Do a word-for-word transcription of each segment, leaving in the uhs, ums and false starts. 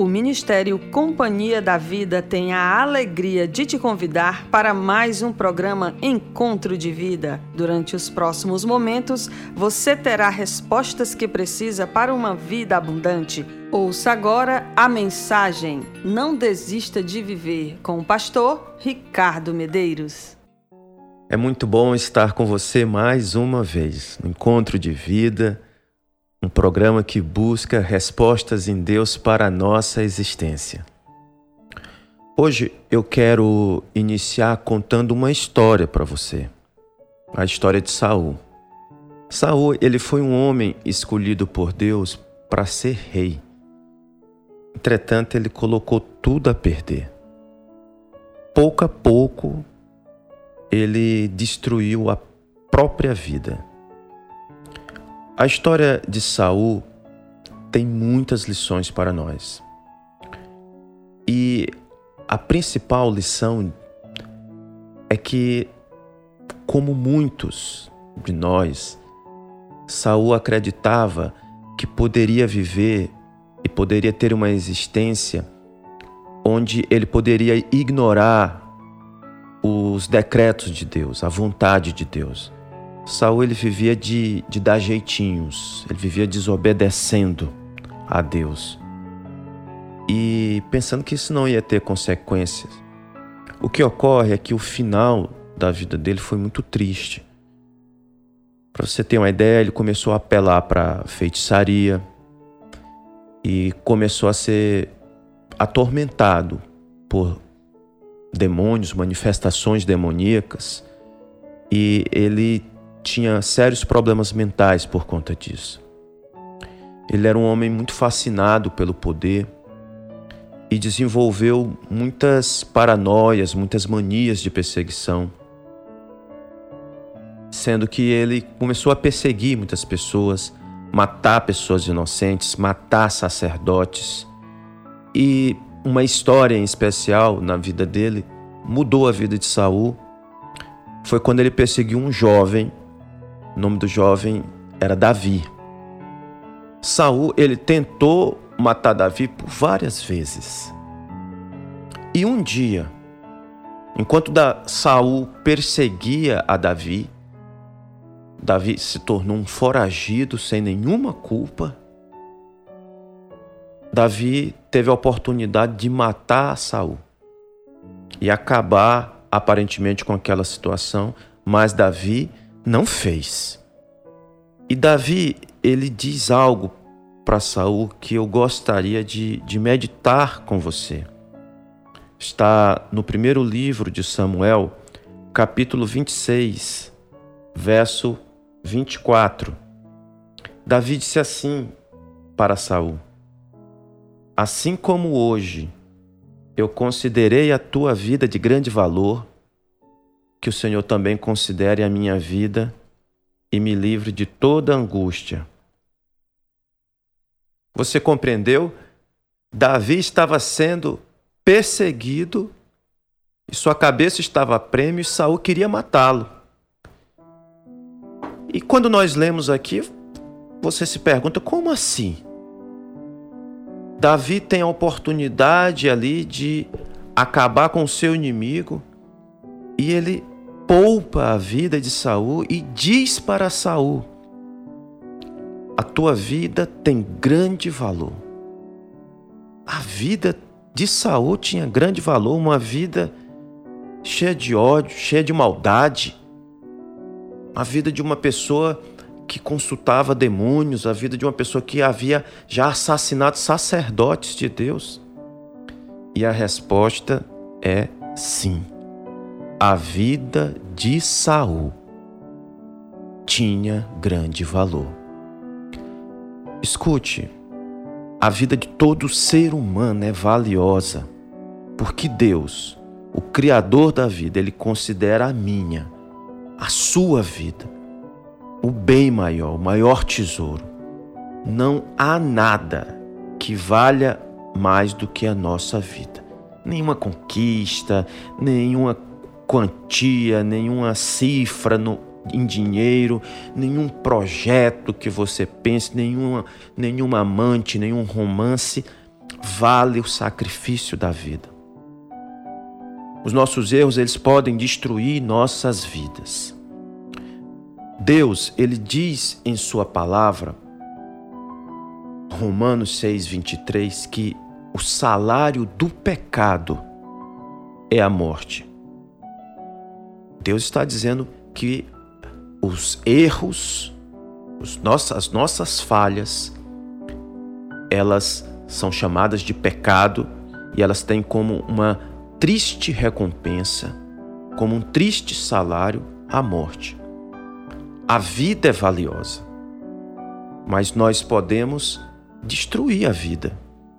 O Ministério Companhia da Vida tem a alegria de te convidar para mais um programa Encontro de Vida. Durante os próximos momentos, você terá respostas que precisa para uma vida abundante. Ouça agora a mensagem Não Desista de Viver, com o pastor Ricardo Medeiros. É muito bom estar com você mais uma vez no Encontro de Vida, um programa que busca respostas em Deus para a nossa existência. Hoje eu quero iniciar contando uma história para você, a história de Saul. Saul, ele foi um homem escolhido por Deus para ser rei. Entretanto, ele colocou tudo a perder. Pouco a pouco, ele destruiu a própria vida. A história de Saul tem muitas lições para nós. E a principal lição é que, como muitos de nós, Saul acreditava que poderia viver e poderia ter uma existência onde ele poderia ignorar os decretos de Deus, a vontade de Deus. Saul, ele vivia de, de dar jeitinhos, ele vivia desobedecendo a Deus e pensando que isso não ia ter consequências. O que ocorre é que o final da vida dele foi muito triste. Para você ter uma ideia, ele começou a apelar para feitiçaria e começou a ser atormentado por demônios, manifestações demoníacas, e ele tinha sérios problemas mentais por conta disso. Ele era um homem muito fascinado pelo poder e desenvolveu muitas paranoias, muitas manias de perseguição, sendo que ele começou a perseguir muitas pessoas, matar pessoas inocentes, matar sacerdotes. E uma história em especial na vida dele mudou a vida de Saul. Foi quando ele perseguiu um jovem. O nome do jovem era Davi. Saul, ele tentou matar Davi por várias vezes. E um dia, enquanto da Saul perseguia a Davi, Davi se tornou um foragido sem nenhuma culpa. Davi teve a oportunidade de matar Saul e acabar aparentemente com aquela situação, mas Davi não fez. E Davi, ele diz algo para Saul que eu gostaria de, de meditar com você. Está no primeiro livro de Samuel, capítulo vinte e seis, verso vinte e quatro. Davi disse assim para Saul: assim como hoje eu considerei a tua vida de grande valor, que o Senhor também considere a minha vida e me livre de toda angústia. Você compreendeu? Davi estava sendo perseguido e sua cabeça estava a prêmio e Saul queria matá-lo. E quando nós lemos aqui, você se pergunta, como assim? Davi tem a oportunidade ali de acabar com o seu inimigo e ele poupa a vida de Saul e diz para Saul: a tua vida tem grande valor. A vida de Saul tinha grande valor, uma vida cheia de ódio, cheia de maldade, a vida de uma pessoa que consultava demônios, a vida de uma pessoa que havia já assassinado sacerdotes de Deus. E a resposta é sim. A vida de Saul tinha grande valor. Escute, a vida de todo ser humano é valiosa, porque Deus, o Criador da vida, Ele considera a minha, a sua vida, o bem maior, o maior tesouro. Não há nada que valha mais do que a nossa vida. Nenhuma conquista, nenhuma quantia, nenhuma cifra no, em dinheiro, nenhum projeto que você pense, nenhuma, nenhuma amante, nenhum romance vale o sacrifício da vida. Os nossos erros, eles podem destruir nossas vidas. Deus, ele diz em sua palavra, Romanos seis, vinte e três, que o salário do pecado é a morte. Deus está dizendo que os erros, os nossas, as nossas falhas, elas são chamadas de pecado e elas têm como uma triste recompensa, como um triste salário, a morte. A vida é valiosa, mas nós podemos destruir a vida.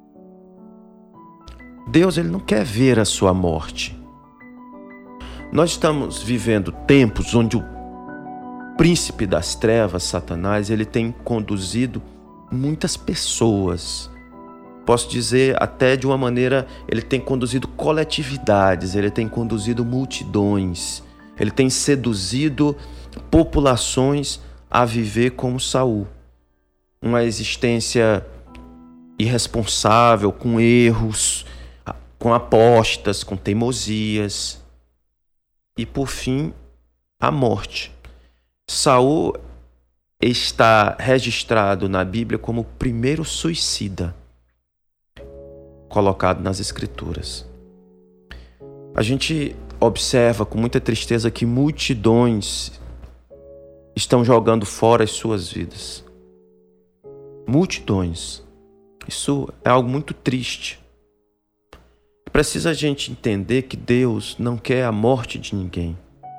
Deus, ele não quer ver a sua morte. Nós estamos vivendo tempos onde o príncipe das trevas, Satanás, ele tem conduzido muitas pessoas. Posso dizer até de uma maneira, ele tem conduzido coletividades, ele tem conduzido multidões, ele tem seduzido populações a viver como Saul. Uma existência irresponsável, com erros, com apostas, com teimosias. E por fim, a morte. Saul está registrado na Bíblia como o primeiro suicida colocado nas Escrituras. A gente observa com muita tristeza que multidões estão jogando fora as suas vidas. Multidões. Isso é algo muito triste. Precisa a gente entender que Deus não quer a morte de ninguém.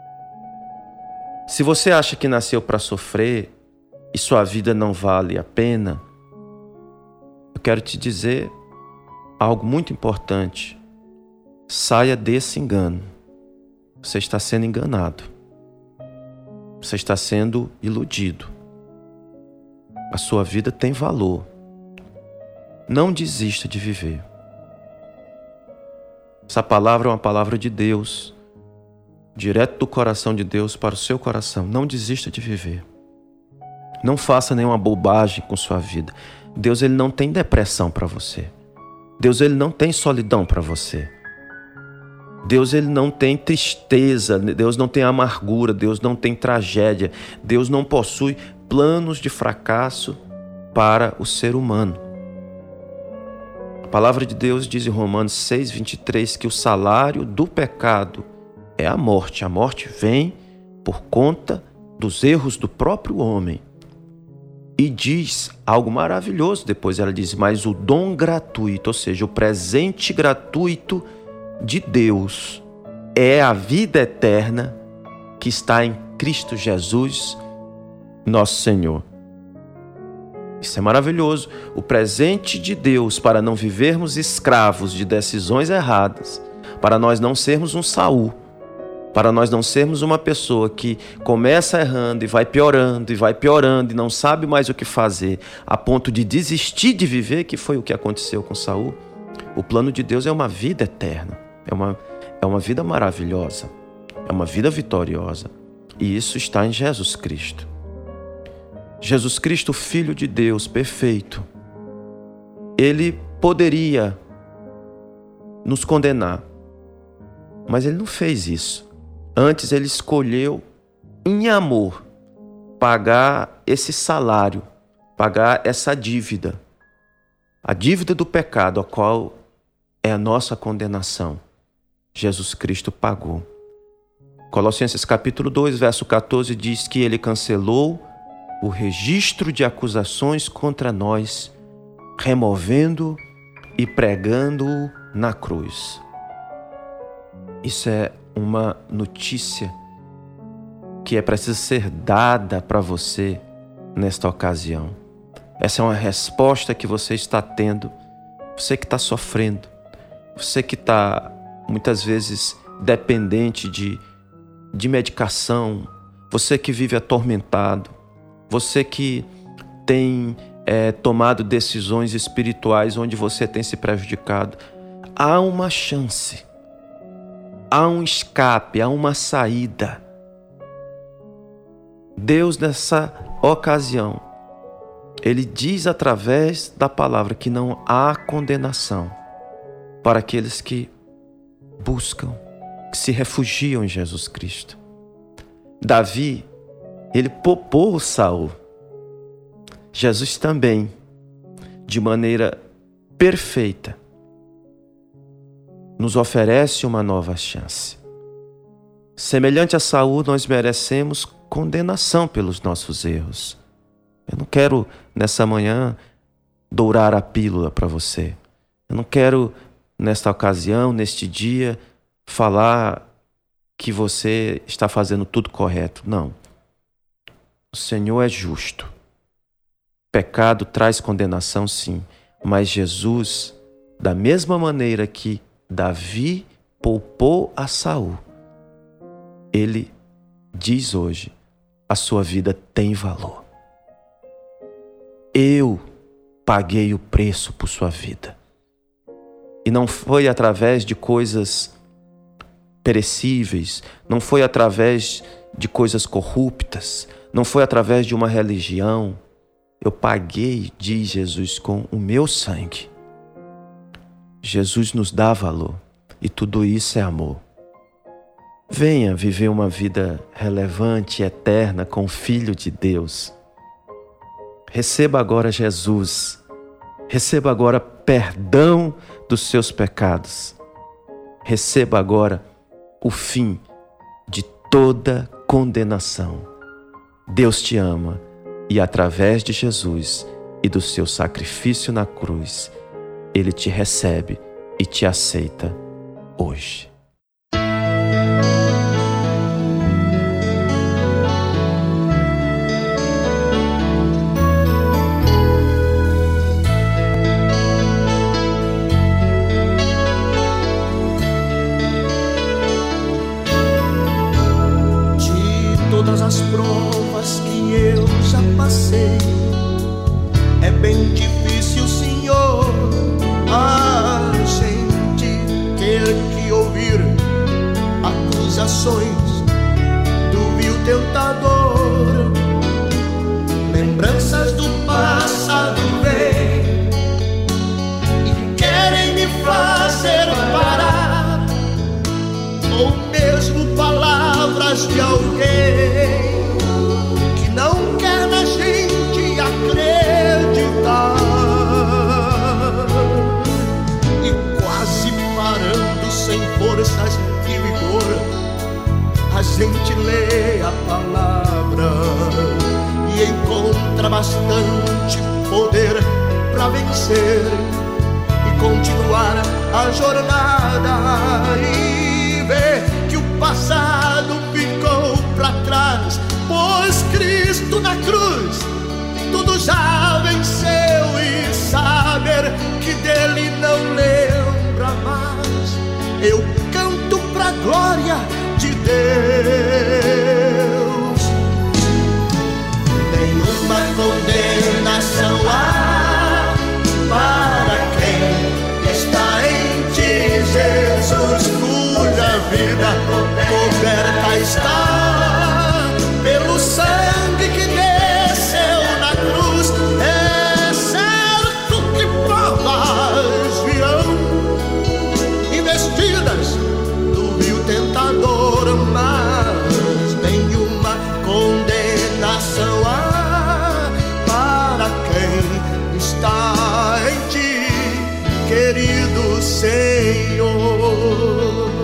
Se você acha que nasceu para sofrer e sua vida não vale a pena, eu quero te dizer algo muito importante. Saia desse engano. Você está sendo enganado. Você está sendo iludido. A sua vida tem valor. Não desista de viver. Essa palavra é uma palavra de Deus, direto do coração de Deus para o seu coração. Não desista de viver. Não faça nenhuma bobagem com sua vida. Deus, ele não tem depressão para você. Deus, ele não tem solidão para você. Deus, ele não tem tristeza. Deus não tem amargura. Deus não tem tragédia. Deus não possui planos de fracasso para o ser humano. A palavra de Deus diz em Romanos seis, vinte e três que o salário do pecado é a morte. A morte vem por conta dos erros do próprio homem. E diz algo maravilhoso depois. Ela diz, mas o dom gratuito, ou seja, o presente gratuito de Deus é a vida eterna que está em Cristo Jesus, nosso Senhor. Isso é maravilhoso. O presente de Deus para não vivermos escravos de decisões erradas, para nós não sermos um Saul, para nós não sermos uma pessoa que começa errando e vai piorando e vai piorando e não sabe mais o que fazer, a ponto de desistir de viver, que foi o que aconteceu com Saul. O plano de Deus é uma vida eterna, é uma, é uma vida maravilhosa, é uma vida vitoriosa. E isso está em Jesus Cristo. Jesus Cristo, Filho de Deus, perfeito, ele poderia nos condenar, mas ele não fez isso. Antes, ele escolheu, em amor, pagar esse salário, pagar essa dívida, a dívida do pecado, a qual é a nossa condenação. Jesus Cristo pagou. Colossenses capítulo dois, verso catorze, diz que ele cancelou o registro de acusações contra nós, removendo e pregando-o na cruz. Isso é uma notícia que é preciso ser dada para você nesta ocasião. Essa é uma resposta que você está tendo, você que está sofrendo, você que está muitas vezes dependente de, de medicação, você que vive atormentado, você que tem é, tomado decisões espirituais onde você tem se prejudicado. Há uma chance, há um escape, há uma saída. Deus, nessa ocasião, Ele diz através da palavra que não há condenação para aqueles que buscam, que se refugiam em Jesus Cristo. Davi, ele poupou Saul. Jesus também, de maneira perfeita, nos oferece uma nova chance. Semelhante a Saul, nós merecemos condenação pelos nossos erros. Eu não quero, nessa manhã, dourar a pílula para você. Eu não quero, nesta ocasião, neste dia, falar que você está fazendo tudo correto. Não. O Senhor é justo. Pecado traz condenação, sim. Mas Jesus, da mesma maneira que Davi poupou a Saul, ele diz hoje: a sua vida tem valor. Eu paguei o preço por sua vida. E não foi através de coisas perecíveis, não foi através de coisas corruptas, não foi através de uma religião. Eu paguei, diz Jesus, com o meu sangue. Jesus nos dá valor e tudo isso é amor. Venha viver uma vida relevante e eterna com o Filho de Deus. Receba agora Jesus. Receba agora perdão dos seus pecados. Receba agora o fim de toda condenação. Deus te ama e através de Jesus e do seu sacrifício na cruz, Ele te recebe e te aceita hoje. Todas as provas que eu já passei, é bem difícil, Senhor, a gente ter que ouvir acusações do vil tentador. Lembranças do passado vêm e querem me fazer parar, ou mesmo palavras de alguém que não quer na gente acreditar. E quase parando sem forças e vigor, a gente lê a palavra e encontra bastante poder para vencer e continuar a jornada e ver que o passado ficou para trás, pois Cristo na cruz tudo já venceu, e saber que dele não lembra mais. Eu canto pra glória de Deus. Nenhuma condenação há para quem está em ti, Jesus, cuja vida coberta está pelo sangue que desceu na cruz. É certo que provas virão investidas do vil tentador, mas nenhuma condenação há para quem está em ti, querido Senhor.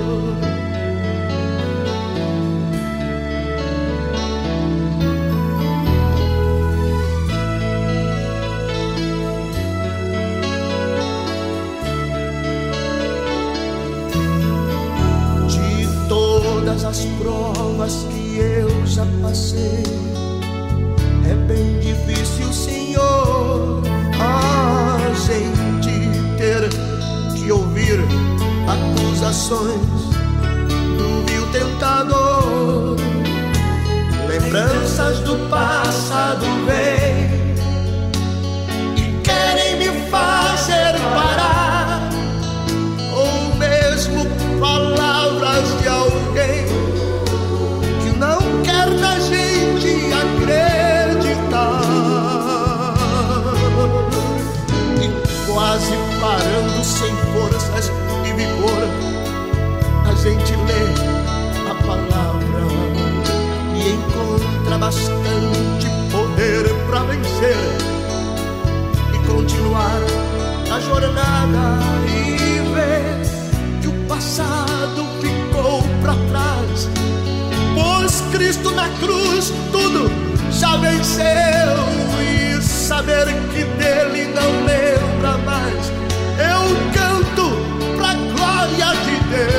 As provas que eu já passei, é bem difícil, Senhor, a gente ter que ouvir acusações do vil tentador. Lembranças do passado vêm e querem me fazer parar, ou mesmo palavras de alguém não quer na gente acreditar. quase parando, sem forças e vigor, a gente lê a palavra e encontra bastante poder para vencer e continuar a jornada e ver que o passado ficou para trás, pois Cristo na cruz tudo já venceu, e saber que dele não lembra mais, eu canto pra glória de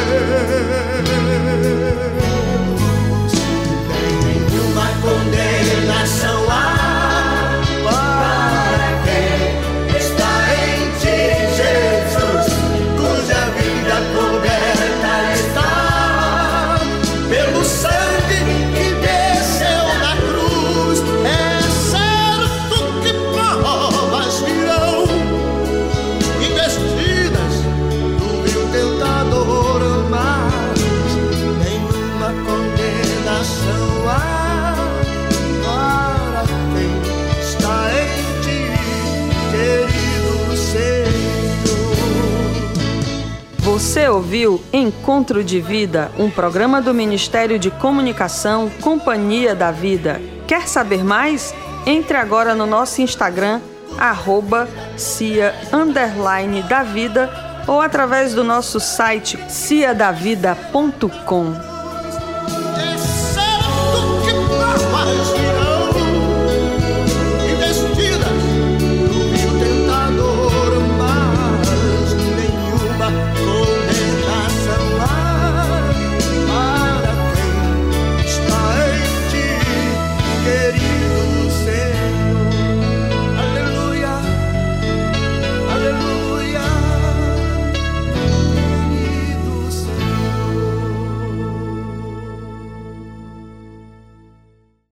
Deus. Nenhuma condenação há para quem está em ti, Jesus, cuja vida coberta está pelo sangue que desceu na cruz. É certo que provas virão, investidas do vil tentador, mas nenhuma condenação há para quem está em ti, querido Senhor. Você ouviu Encontro de Vida, um programa do Ministério de Comunicação Companhia da Vida. Quer saber mais? Entre agora no nosso Instagram, arroba cia underline da vida, ou através do nosso site cia da vida ponto com.